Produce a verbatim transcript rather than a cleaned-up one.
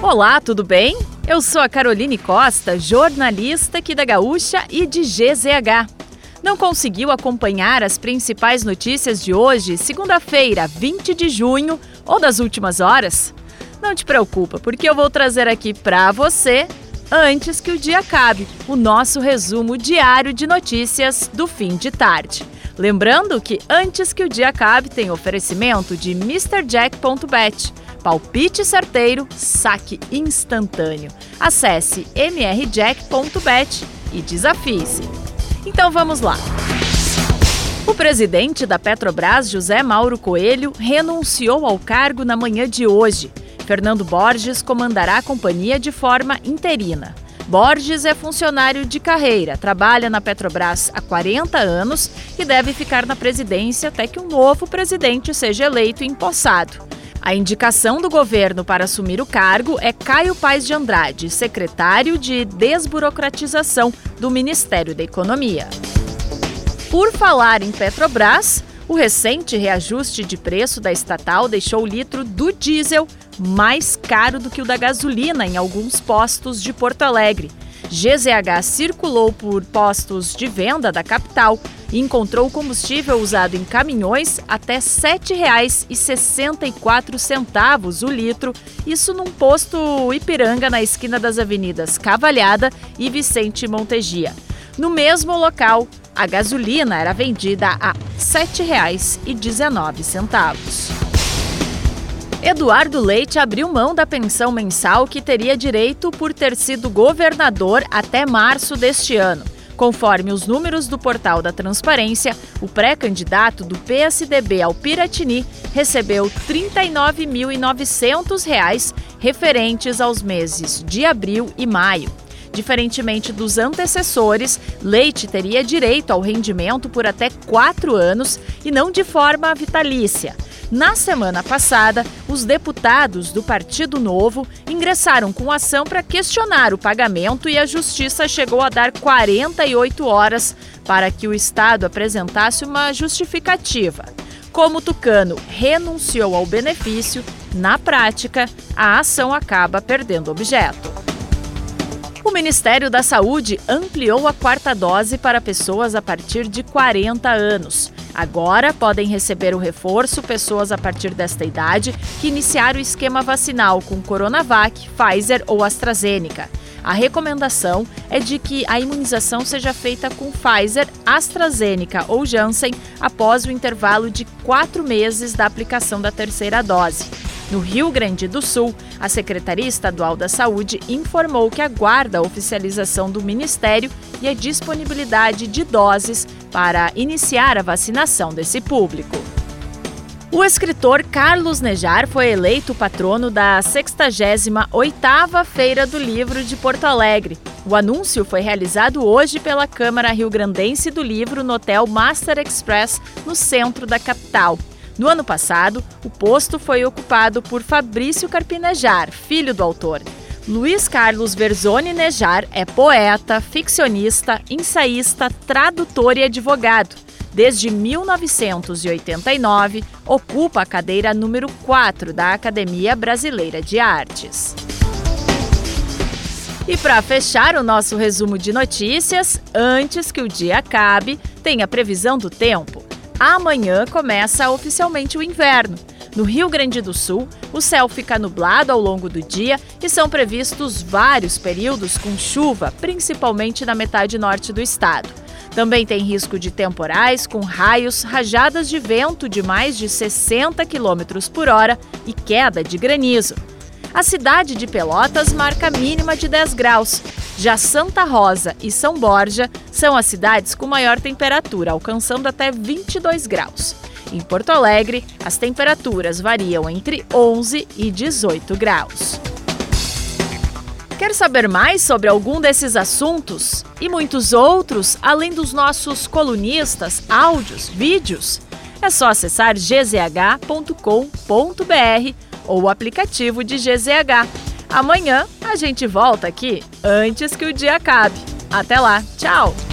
Olá, tudo bem? Eu sou a Caroline Costa, jornalista aqui da Gaúcha e de G Z H. Não conseguiu acompanhar as principais notícias de hoje, segunda-feira, vinte de junho, ou das últimas horas? Não te preocupa, porque eu vou trazer aqui para você, antes que o dia acabe, o nosso resumo diário de notícias do fim de tarde. Lembrando que antes que o dia acabe tem oferecimento de mister jack ponto bet. Palpite certeiro, saque instantâneo. Acesse m r jack ponto bet e desafie-se. Então vamos lá. O presidente da Petrobras, José Mauro Coelho, renunciou ao cargo na manhã de hoje. Fernando Borges comandará a companhia de forma interina. Borges é funcionário de carreira, trabalha na Petrobras há quarenta anos e deve ficar na presidência até que um novo presidente seja eleito e empossado. A indicação do governo para assumir o cargo é Caio Paes de Andrade, secretário de Desburocratização do Ministério da Economia. Por falar em Petrobras, o recente reajuste de preço da estatal deixou o litro do diesel mais caro do que o da gasolina em alguns postos de Porto Alegre. G Z H circulou por postos de venda da capital e encontrou combustível usado em caminhões até sete reais e sessenta e quatro centavos o litro, isso num posto Ipiranga na esquina das avenidas Cavalhada e Vicente Montegia. No mesmo local, a gasolina era vendida a sete reais e dezenove centavos. Eduardo Leite abriu mão da pensão mensal que teria direito por ter sido governador até março deste ano. Conforme os números do Portal da Transparência, o pré-candidato do P S D B ao Piratini recebeu trinta e nove mil e novecentos reais referentes aos meses de abril e maio. Diferentemente dos antecessores, Leite teria direito ao rendimento por até quatro anos e não de forma vitalícia. Na semana passada, os deputados do Partido Novo ingressaram com ação para questionar o pagamento e a Justiça chegou a dar quarenta e oito horas para que o Estado apresentasse uma justificativa. Como Tucano renunciou ao benefício, na prática, a ação acaba perdendo objeto. O Ministério da Saúde ampliou a quarta dose para pessoas a partir de quarenta anos. Agora podem receber o reforço pessoas a partir desta idade que iniciaram o esquema vacinal com Coronavac, Pfizer ou AstraZeneca. A recomendação é de que a imunização seja feita com Pfizer, AstraZeneca ou Janssen após o intervalo de quatro meses da aplicação da terceira dose. No Rio Grande do Sul, a Secretaria Estadual da Saúde informou que aguarda a oficialização do Ministério e a disponibilidade de doses para iniciar a vacinação desse público. O escritor Carlos Nejar foi eleito patrono da sexagésima oitava Feira do Livro de Porto Alegre. O anúncio foi realizado hoje pela Câmara Rio-Grandense do Livro no Hotel Master Express, no centro da capital. No ano passado, o posto foi ocupado por Fabrício Carpinejar, filho do autor. Luiz Carlos Verzoni Nejar é poeta, ficcionista, ensaísta, tradutor e advogado. Desde mil novecentos e oitenta e nove, ocupa a cadeira número quatro da Academia Brasileira de Artes. E para fechar o nosso resumo de notícias, antes que o dia acabe, tem a previsão do tempo. Amanhã começa oficialmente o inverno. No Rio Grande do Sul, o céu fica nublado ao longo do dia e são previstos vários períodos com chuva, principalmente na metade norte do estado. Também tem risco de temporais com raios, rajadas de vento de mais de sessenta quilômetros por hora e queda de granizo. A cidade de Pelotas marca a mínima de dez graus. Já Santa Rosa e São Borja são as cidades com maior temperatura, alcançando até vinte e dois graus. Em Porto Alegre, as temperaturas variam entre onze e dezoito graus. Quer saber mais sobre algum desses assuntos e muitos outros, além dos nossos colunistas, áudios, vídeos? É só acessar g z h ponto com ponto b r ou o aplicativo de G Z H. Amanhã a gente volta aqui antes que o dia acabe. Até lá, tchau!